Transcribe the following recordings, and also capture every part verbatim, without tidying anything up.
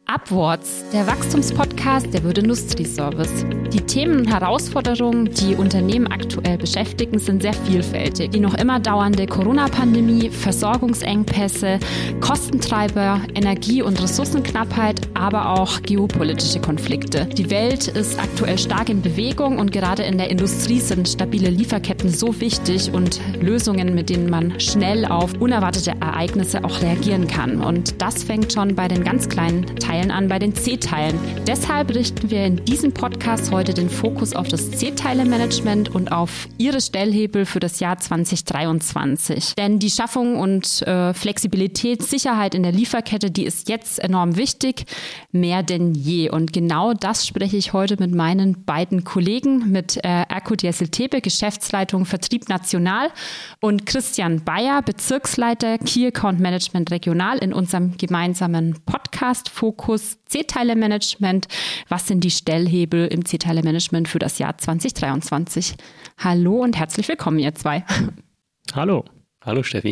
Upwards, der Wachstumspodcast der Würth Industrieservice. Die Themen und Herausforderungen, die Unternehmen aktuell beschäftigen, sind sehr vielfältig. Die noch immer dauernde Corona-Pandemie, Versorgungsengpässe, Kostentreiber, Energie- und Ressourcenknappheit, aber auch geopolitische Konflikte. Die Welt ist aktuell stark in Bewegung und gerade in der Industrie sind stabile Lieferketten so wichtig und Lösungen, mit denen man schnell auf unerwartete Ereignisse auch reagieren kann. Und das fängt schon bei den ganz kleinen Teilen an, bei den C-Teilen. Deshalb richten wir in diesem Podcast heute den Fokus auf das C-Teile-Management und auf Ihre Stellhebel für das Jahr zwanzig dreiundzwanzig. Denn die Schaffung und äh, Flexibilität, Sicherheit in der Lieferkette, die ist jetzt enorm wichtig, mehr denn je. Und genau das spreche ich heute mit meinen beiden Kollegen, mit äh, Erkut Jessel-Tepe, Geschäftsleitung Vertrieb National, und Christian Bayer, Bezirksleiter Key Account Management Regional, in unserem gemeinsamen Podcast Fokus C-Teile-Management. Was sind die Stellhebel im C-Teile-Management für das Jahr zwanzig dreiundzwanzig? Hallo und herzlich willkommen, ihr zwei. Hallo. Hallo, Steffi.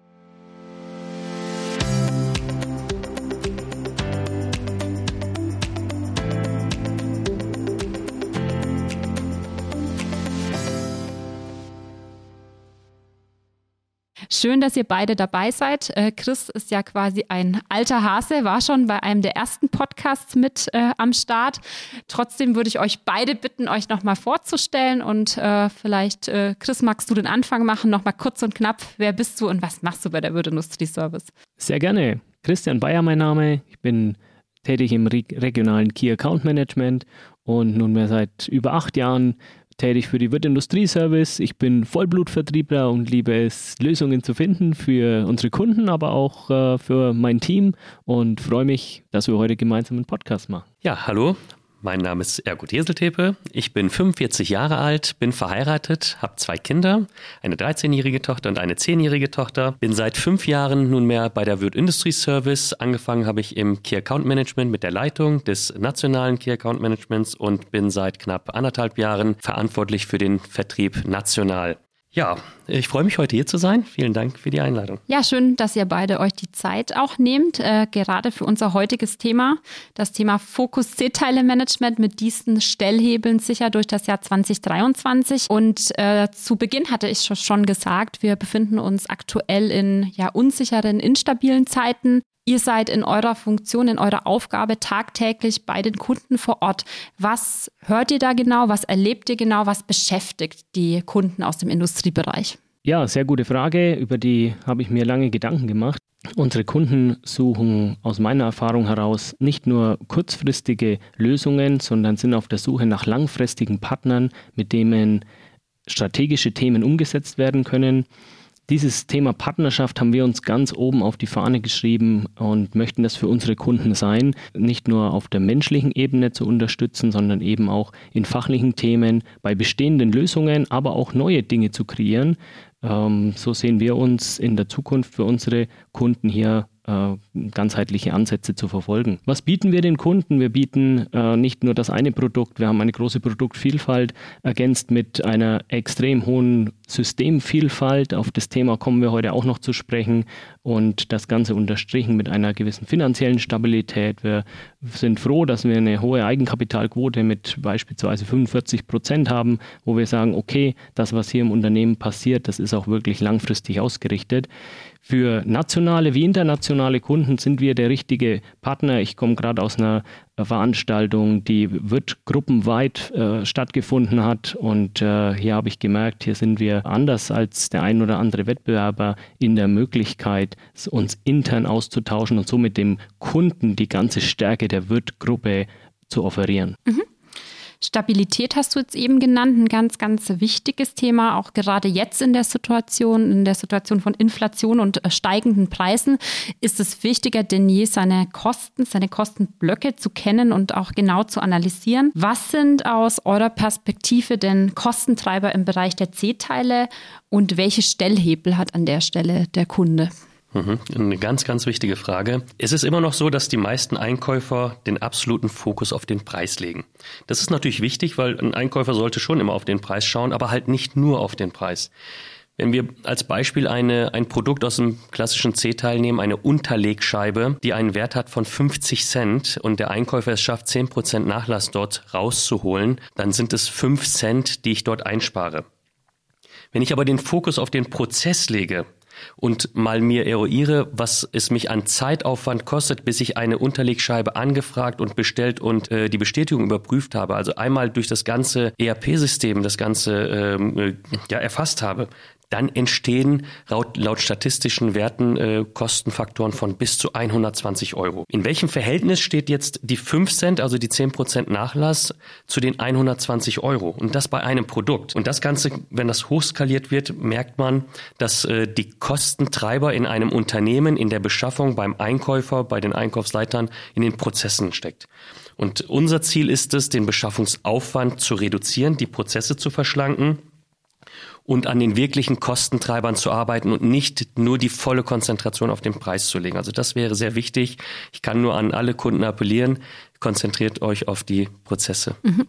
Schön, dass ihr beide dabei seid. Äh, Chris ist ja quasi ein alter Hase, war schon bei einem der ersten Podcasts mit äh, am Start. Trotzdem würde ich euch beide bitten, euch nochmal vorzustellen und äh, vielleicht, äh, Chris, magst du den Anfang machen, nochmal kurz und knapp. Wer bist du und was machst du bei der Würth Industrieservice? Sehr gerne. Christian Bayer mein Name. Ich bin tätig im re- regionalen Key Account Management und nunmehr seit über acht Jahren tätig für die Würth Industrieservice. Ich bin Vollblutvertriebler und liebe es, Lösungen zu finden für unsere Kunden, aber auch äh, für mein Team, und freue mich, dass wir heute gemeinsam einen Podcast machen. Ja, hallo. Mein Name ist Erkut Jessel-Tepe. Ich bin fünfundvierzig Jahre alt, bin verheiratet, habe zwei Kinder, eine dreizehnjährige Tochter und eine zehnjährige Tochter. Bin seit fünf Jahren nunmehr bei der Würth Industrieservice. Angefangen habe ich im Key Account Management mit der Leitung des nationalen Key Account Managements und bin seit knapp anderthalb Jahren verantwortlich für den Vertrieb national. Ja, ich freue mich, heute hier zu sein. Vielen Dank für die Einladung. Ja, schön, dass ihr beide euch die Zeit auch nehmt, äh, gerade für unser heutiges Thema, das Thema Fokus C-Teile-Management mit diesen Stellhebeln sicher durch das Jahr zwanzig dreiundzwanzig. Und äh, zu Beginn hatte ich schon gesagt, wir befinden uns aktuell in ja unsicheren, instabilen Zeiten. Ihr seid in eurer Funktion, in eurer Aufgabe tagtäglich bei den Kunden vor Ort. Was hört ihr da genau? Was erlebt ihr genau? Was beschäftigt die Kunden aus dem Industriebereich? Ja, sehr gute Frage. Über die habe ich mir lange Gedanken gemacht. Unsere Kunden suchen aus meiner Erfahrung heraus nicht nur kurzfristige Lösungen, sondern sind auf der Suche nach langfristigen Partnern, mit denen strategische Themen umgesetzt werden können. Dieses Thema Partnerschaft haben wir uns ganz oben auf die Fahne geschrieben und möchten das für unsere Kunden sein, nicht nur auf der menschlichen Ebene zu unterstützen, sondern eben auch in fachlichen Themen bei bestehenden Lösungen, aber auch neue Dinge zu kreieren. Ähm, so sehen wir uns in der Zukunft für unsere Kunden hier äh, ganzheitliche Ansätze zu verfolgen. Was bieten wir den Kunden? Wir bieten äh, nicht nur das eine Produkt, wir haben eine große Produktvielfalt, ergänzt mit einer extrem hohen Systemvielfalt. Auf das Thema kommen wir heute auch noch zu sprechen, und das Ganze unterstrichen mit einer gewissen finanziellen Stabilität. Wir sind froh, dass wir eine hohe Eigenkapitalquote mit beispielsweise fünfundvierzig Prozent haben, wo wir sagen, okay, das, was hier im Unternehmen passiert, das ist auch wirklich langfristig ausgerichtet. Für nationale wie internationale Kunden sind wir der richtige Partner. Ich komme gerade aus einer Veranstaltung, die Würth gruppenweit äh, stattgefunden hat, und äh, hier habe ich gemerkt, hier sind wir anders als der ein oder andere Wettbewerber in der Möglichkeit, uns intern auszutauschen und somit dem Kunden die ganze Stärke der Würth-Gruppe zu offerieren. Mhm. Stabilität hast du jetzt eben genannt, ein ganz, ganz wichtiges Thema, auch gerade jetzt in der Situation, in der Situation von Inflation und steigenden Preisen, ist es wichtiger denn je, seine Kosten, seine Kostenblöcke zu kennen und auch genau zu analysieren. Was sind aus eurer Perspektive denn Kostentreiber im Bereich der C-Teile und welche Stellhebel hat an der Stelle der Kunde? Mhm. Eine ganz, ganz wichtige Frage. Es ist immer noch so, dass die meisten Einkäufer den absoluten Fokus auf den Preis legen. Das ist natürlich wichtig, weil ein Einkäufer sollte schon immer auf den Preis schauen, aber halt nicht nur auf den Preis. Wenn wir als Beispiel eine, ein Produkt aus dem klassischen C-Teil nehmen, eine Unterlegscheibe, die einen Wert hat von fünfzig Cent und der Einkäufer es schafft, zehn Prozent Nachlass dort rauszuholen, dann sind es fünf Cent, die ich dort einspare. Wenn ich aber den Fokus auf den Prozess lege und mal mir eruiere, was es mich an Zeitaufwand kostet, bis ich eine Unterlegscheibe angefragt und bestellt und äh, die Bestätigung überprüft habe, also einmal durch das ganze E R P-System das Ganze ähm, ja, erfasst habe, dann entstehen laut, laut statistischen Werten äh, Kostenfaktoren von bis zu hundertzwanzig Euro. In welchem Verhältnis steht jetzt die fünf Cent, also die zehn Prozent Nachlass, zu den hundertzwanzig Euro? Und das bei einem Produkt. Und das Ganze, wenn das hochskaliert wird, merkt man, dass äh, die Kostentreiber in einem Unternehmen, in der Beschaffung, beim Einkäufer, bei den Einkaufsleitern, in den Prozessen steckt. Und unser Ziel ist es, den Beschaffungsaufwand zu reduzieren, die Prozesse zu verschlanken und an den wirklichen Kostentreibern zu arbeiten und nicht nur die volle Konzentration auf den Preis zu legen. Also das wäre sehr wichtig. Ich kann nur an alle Kunden appellieren, konzentriert euch auf die Prozesse. Mhm.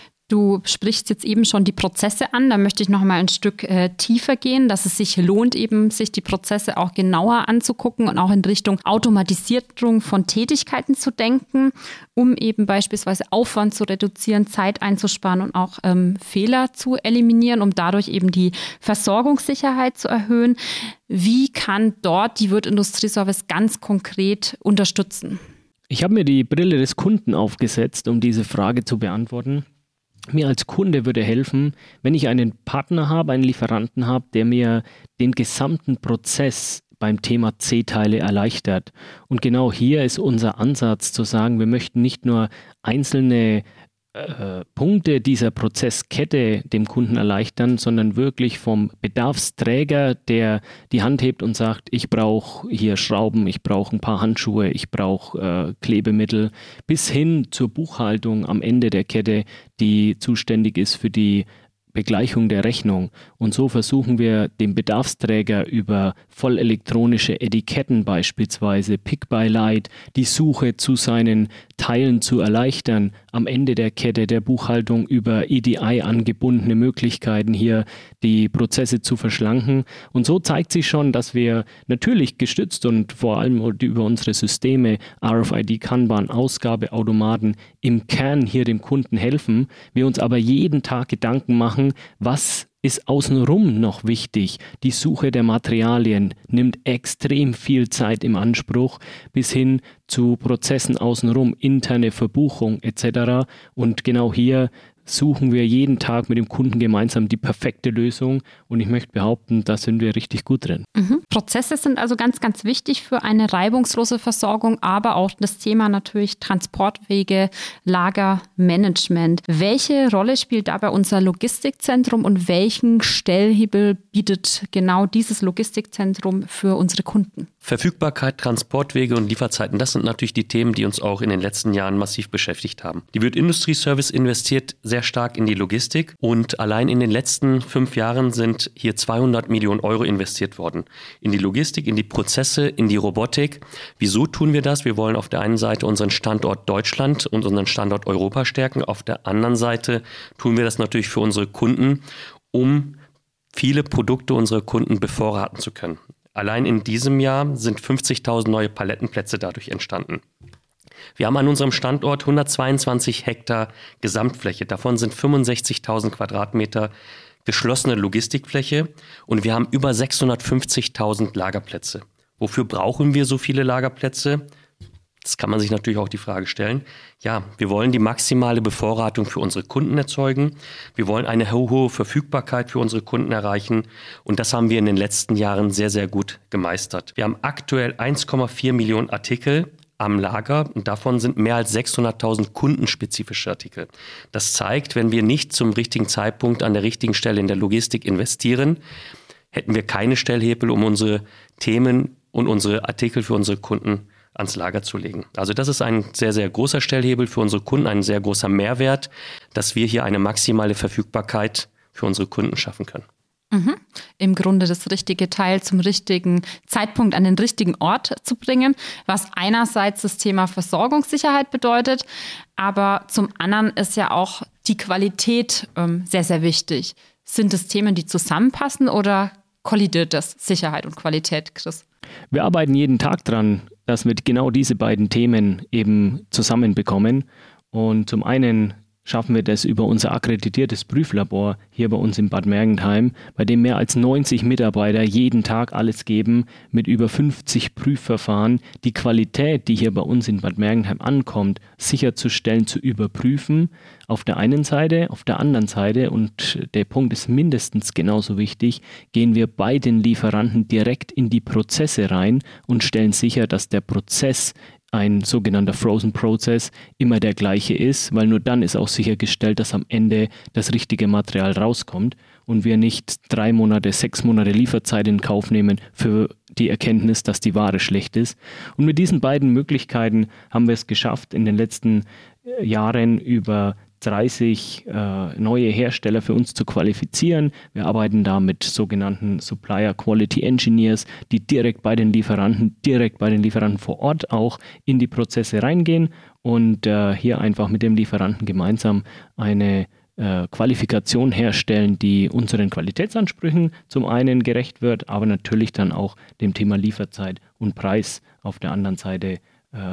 Du sprichst jetzt eben schon die Prozesse an. Da möchte ich noch mal ein Stück äh, tiefer gehen, dass es sich lohnt, eben sich die Prozesse auch genauer anzugucken und auch in Richtung Automatisierung von Tätigkeiten zu denken, um eben beispielsweise Aufwand zu reduzieren, Zeit einzusparen und auch ähm, Fehler zu eliminieren, um dadurch eben die Versorgungssicherheit zu erhöhen. Wie kann dort die Würth Industrieservice ganz konkret unterstützen? Ich habe mir die Brille des Kunden aufgesetzt, um diese Frage zu beantworten. Mir als Kunde würde helfen, wenn ich einen Partner habe, einen Lieferanten habe, der mir den gesamten Prozess beim Thema C-Teile erleichtert. Und genau hier ist unser Ansatz zu sagen, wir möchten nicht nur einzelne äh, Punkte dieser Prozesskette dem Kunden erleichtern, sondern wirklich vom Bedarfsträger, der die Hand hebt und sagt, ich brauche hier Schrauben, ich brauche ein paar Handschuhe, ich brauche äh, Klebemittel, bis hin zur Buchhaltung am Ende der Kette, die zuständig ist für die Begleichung der Rechnung. Und so versuchen wir dem Bedarfsträger über vollelektronische Etiketten beispielsweise, Pick-by-Light, die Suche zu seinen Teilen zu erleichtern, am Ende der Kette der Buchhaltung über E D I angebundene Möglichkeiten hier die Prozesse zu verschlanken. Und so zeigt sich schon, dass wir natürlich gestützt und vor allem über unsere Systeme, R F I D, Kanban, Ausgabeautomaten im Kern hier dem Kunden helfen, wir uns aber jeden Tag Gedanken machen, was ist außenrum noch wichtig. Die Suche der Materialien nimmt extrem viel Zeit im Anspruch, bis hin zu Prozessen außenrum, interne Verbuchung et cetera. Und genau hier suchen wir jeden Tag mit dem Kunden gemeinsam die perfekte Lösung. Und ich möchte behaupten, da sind wir richtig gut drin. Mhm. Prozesse sind also ganz, ganz wichtig für eine reibungslose Versorgung, aber auch das Thema natürlich Transportwege, Lagermanagement. Welche Rolle spielt dabei unser Logistikzentrum und welchen Stellhebel bietet genau dieses Logistikzentrum für unsere Kunden? Verfügbarkeit, Transportwege und Lieferzeiten, das sind natürlich die Themen, die uns auch in den letzten Jahren massiv beschäftigt haben. Die Würth Industrieservice investiert sehr stark in die Logistik und allein in den letzten fünf Jahren sind hier zweihundert Millionen Euro investiert worden. In die Logistik, in die Prozesse, in die Robotik. Wieso tun wir das? Wir wollen auf der einen Seite unseren Standort Deutschland und unseren Standort Europa stärken. Auf der anderen Seite tun wir das natürlich für unsere Kunden, um viele Produkte unserer Kunden bevorraten zu können. Allein in diesem Jahr sind fünfzigtausend neue Palettenplätze dadurch entstanden. Wir haben an unserem Standort hundertzweiundzwanzig Hektar Gesamtfläche. Davon sind fünfundsechzigtausend Quadratmeter geschlossene Logistikfläche und wir haben über sechshundertfünfzigtausend Lagerplätze. Wofür brauchen wir so viele Lagerplätze? Das kann man sich natürlich auch die Frage stellen. Ja, wir wollen die maximale Bevorratung für unsere Kunden erzeugen. Wir wollen eine hohe Verfügbarkeit für unsere Kunden erreichen. Und das haben wir in den letzten Jahren sehr, sehr gut gemeistert. Wir haben aktuell eins Komma vier Millionen Artikel am Lager und davon sind mehr als sechshunderttausend kundenspezifische Artikel. Das zeigt, wenn wir nicht zum richtigen Zeitpunkt an der richtigen Stelle in der Logistik investieren, hätten wir keine Stellhebel, um unsere Themen und unsere Artikel für unsere Kunden ans Lager zu legen. Also das ist ein sehr, sehr großer Stellhebel für unsere Kunden, ein sehr großer Mehrwert, dass wir hier eine maximale Verfügbarkeit für unsere Kunden schaffen können. Mhm. Im Grunde das richtige Teil zum richtigen Zeitpunkt an den richtigen Ort zu bringen, was einerseits das Thema Versorgungssicherheit bedeutet, aber zum anderen ist ja auch die Qualität ähm, sehr, sehr wichtig. Sind es Themen, die zusammenpassen oder kollidiert das, Sicherheit und Qualität, Chris? Wir arbeiten jeden Tag dran, dass wir genau diese beiden Themen eben zusammenbekommen. Und zum einen schaffen wir das über unser akkreditiertes Prüflabor hier bei uns in Bad Mergentheim, bei dem mehr als neunzig Mitarbeiter jeden Tag alles geben, mit über fünfzig Prüfverfahren, die Qualität, die hier bei uns in Bad Mergentheim ankommt, sicherzustellen, zu überprüfen. Auf der einen Seite, auf der anderen Seite, und der Punkt ist mindestens genauso wichtig, gehen wir bei den Lieferanten direkt in die Prozesse rein und stellen sicher, dass der Prozess, ein sogenannter Frozen Process, immer der gleiche ist, weil nur dann ist auch sichergestellt, dass am Ende das richtige Material rauskommt und wir nicht drei Monate, sechs Monate Lieferzeit in Kauf nehmen für die Erkenntnis, dass die Ware schlecht ist. Und mit diesen beiden Möglichkeiten haben wir es geschafft, in den letzten Jahren über dreißig äh, neue Hersteller für uns zu qualifizieren. Wir arbeiten da mit sogenannten Supplier Quality Engineers, die direkt bei den Lieferanten, direkt bei den Lieferanten vor Ort auch in die Prozesse reingehen und äh, hier einfach mit dem Lieferanten gemeinsam eine äh, Qualifikation herstellen, die unseren Qualitätsansprüchen zum einen gerecht wird, aber natürlich dann auch dem Thema Lieferzeit und Preis auf der anderen Seite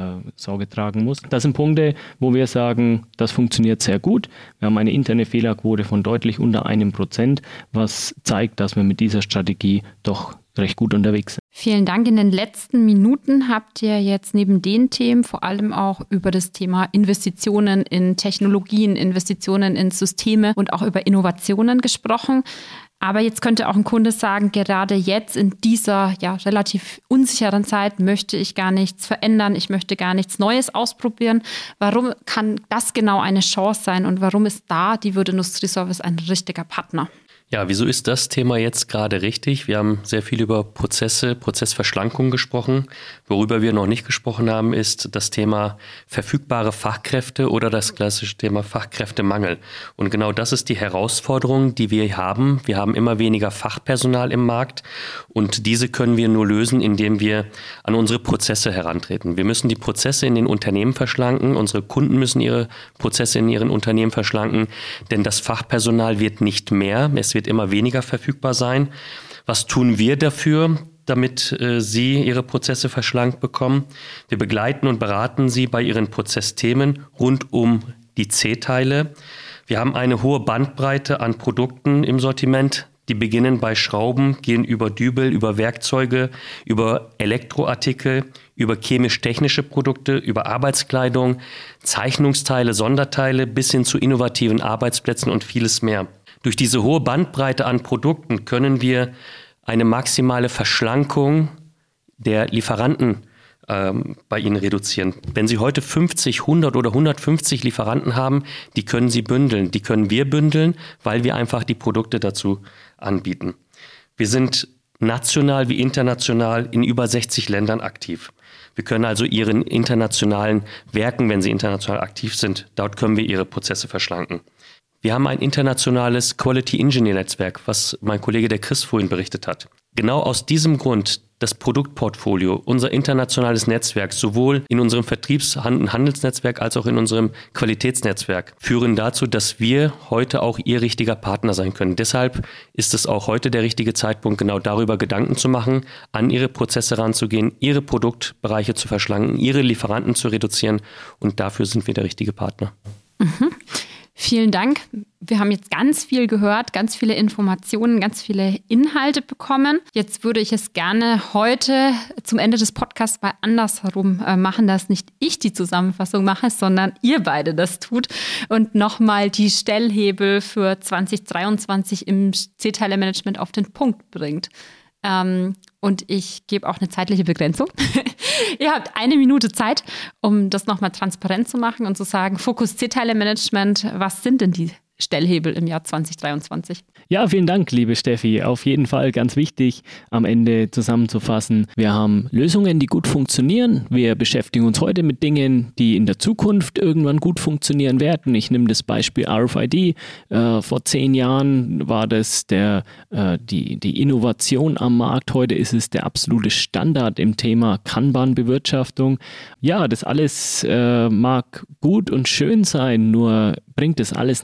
Sorge tragen muss. Das sind Punkte, wo wir sagen, das funktioniert sehr gut. Wir haben eine interne Fehlerquote von deutlich unter einem Prozent, was zeigt, dass wir mit dieser Strategie doch recht gut unterwegs sind. Vielen Dank. In den letzten Minuten habt ihr jetzt neben den Themen vor allem auch über das Thema Investitionen in Technologien, Investitionen in Systeme und auch über Innovationen gesprochen. Aber jetzt könnte auch ein Kunde sagen, gerade jetzt in dieser ja, relativ unsicheren Zeit möchte ich gar nichts verändern, ich möchte gar nichts Neues ausprobieren. Warum kann das genau eine Chance sein und warum ist da die Würth Industrieservice ein richtiger Partner? Ja, wieso ist das Thema jetzt gerade richtig? Wir haben sehr viel über Prozesse, Prozessverschlankung gesprochen. Worüber wir noch nicht gesprochen haben, ist das Thema verfügbare Fachkräfte oder das klassische Thema Fachkräftemangel. Und genau das ist die Herausforderung, die wir haben. Wir haben immer weniger Fachpersonal im Markt und diese können wir nur lösen, indem wir an unsere Prozesse herantreten. Wir müssen die Prozesse in den Unternehmen verschlanken. Unsere Kunden müssen ihre Prozesse in ihren Unternehmen verschlanken, denn das Fachpersonal wird nicht mehr. Es wird immer weniger verfügbar sein. Was tun wir dafür, damit äh, Sie Ihre Prozesse verschlankt bekommen? Wir begleiten und beraten Sie bei Ihren Prozessthemen rund um die C-Teile. Wir haben eine hohe Bandbreite an Produkten im Sortiment. Die beginnen bei Schrauben, gehen über Dübel, über Werkzeuge, über Elektroartikel, über chemisch-technische Produkte, über Arbeitskleidung, Zeichnungsteile, Sonderteile bis hin zu innovativen Arbeitsplätzen und vieles mehr. Durch diese hohe Bandbreite an Produkten können wir eine maximale Verschlankung der Lieferanten ähm, bei Ihnen reduzieren. Wenn Sie heute fünfzig, hundert oder hundertfünfzig Lieferanten haben, die können Sie bündeln. Die können wir bündeln, weil wir einfach die Produkte dazu anbieten. Wir sind national wie international in über sechzig Ländern aktiv. Wir können also Ihren internationalen Werken, wenn sie international aktiv sind, dort können wir Ihre Prozesse verschlanken. Wir haben ein internationales Quality Engineer Netzwerk, was mein Kollege der Chris vorhin berichtet hat. Genau aus diesem Grund das Produktportfolio, unser internationales Netzwerk, sowohl in unserem Vertriebs- und Handelsnetzwerk als auch in unserem Qualitätsnetzwerk, führen dazu, dass wir heute auch Ihr richtiger Partner sein können. Deshalb ist es auch heute der richtige Zeitpunkt, genau darüber Gedanken zu machen, an Ihre Prozesse ranzugehen, Ihre Produktbereiche zu verschlanken, Ihre Lieferanten zu reduzieren und dafür sind wir der richtige Partner. Mhm. Vielen Dank. Wir haben jetzt ganz viel gehört, ganz viele Informationen, ganz viele Inhalte bekommen. Jetzt würde ich es gerne heute zum Ende des Podcasts mal andersherum machen, dass nicht ich die Zusammenfassung mache, sondern ihr beide das tut und nochmal die Stellhebel für zwanzig dreiundzwanzig im C-Teile-Management auf den Punkt bringt. Ähm, und ich gebe auch eine zeitliche Begrenzung. Ihr habt eine Minute Zeit, um das nochmal transparent zu machen und zu sagen, Fokus C-Teile-Management, was sind denn die Stellhebel im Jahr zwanzig dreiundzwanzig? Ja, vielen Dank, liebe Steffi. Auf jeden Fall ganz wichtig, am Ende zusammenzufassen. Wir haben Lösungen, die gut funktionieren. Wir beschäftigen uns heute mit Dingen, die in der Zukunft irgendwann gut funktionieren werden. Ich nehme das Beispiel R F I D. Äh, vor zehn Jahren war das der, äh, die, die Innovation am Markt. Heute ist es der absolute Standard im Thema Kanban-Bewirtschaftung. Ja, das alles äh, mag gut und schön sein, nur bringt es alles nichts, wenn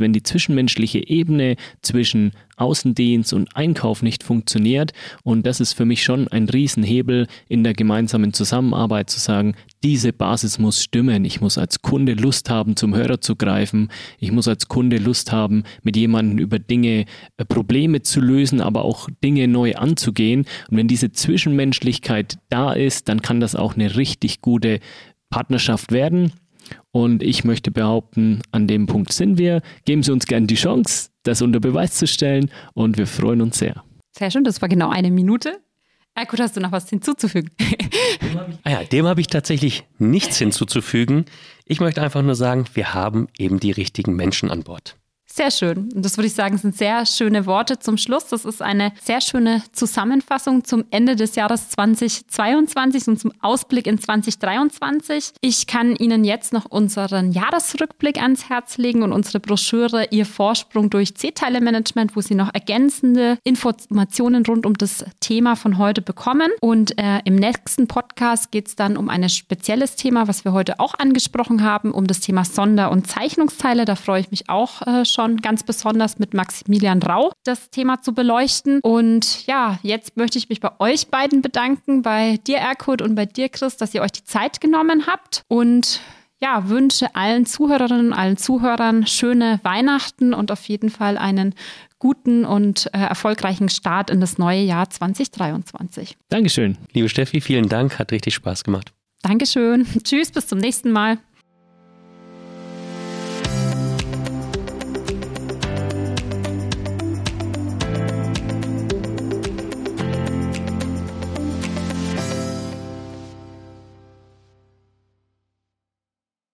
wenn die zwischenmenschliche Ebene zwischen Außendienst und Einkauf nicht funktioniert. Und das ist für mich schon ein Riesenhebel in der gemeinsamen Zusammenarbeit, zu sagen, diese Basis muss stimmen. Ich muss als Kunde Lust haben, zum Hörer zu greifen. Ich muss als Kunde Lust haben, mit jemandem über Dinge, äh, Probleme zu lösen, aber auch Dinge neu anzugehen. Und wenn diese Zwischenmenschlichkeit da ist, dann kann das auch eine richtig gute Partnerschaft werden. Und ich möchte behaupten, an dem Punkt sind wir. Geben Sie uns gerne die Chance, das unter Beweis zu stellen, und wir freuen uns sehr. Sehr schön, das war genau eine Minute. Erkut, hast du noch was hinzuzufügen? Ah ja, dem habe ich tatsächlich nichts hinzuzufügen. Ich möchte einfach nur sagen, wir haben eben die richtigen Menschen an Bord. Sehr schön. Und das würde ich sagen, sind sehr schöne Worte zum Schluss. Das ist eine sehr schöne Zusammenfassung zum Ende des Jahres zweitausendzweiundzwanzig und zum Ausblick in zweitausenddreiundzwanzig. Ich kann Ihnen jetzt noch unseren Jahresrückblick ans Herz legen und unsere Broschüre Ihr Vorsprung durch C-Teile-Management, wo Sie noch ergänzende Informationen rund um das Thema von heute bekommen. Und äh, im nächsten Podcast geht es dann um ein spezielles Thema, was wir heute auch angesprochen haben, um das Thema Sonder- und Zeichnungsteile. Da freue ich mich auch äh, schon ganz besonders mit Maximilian Rau das Thema zu beleuchten. Und ja, jetzt möchte ich mich bei euch beiden bedanken, bei dir Erkut und bei dir Chris, dass ihr euch die Zeit genommen habt, und ja, wünsche allen Zuhörerinnen und allen Zuhörern schöne Weihnachten und auf jeden Fall einen guten und äh, erfolgreichen Start in das neue Jahr zweitausenddreiundzwanzig. Dankeschön. Liebe Steffi, vielen Dank, hat richtig Spaß gemacht. Dankeschön. Tschüss, bis zum nächsten Mal.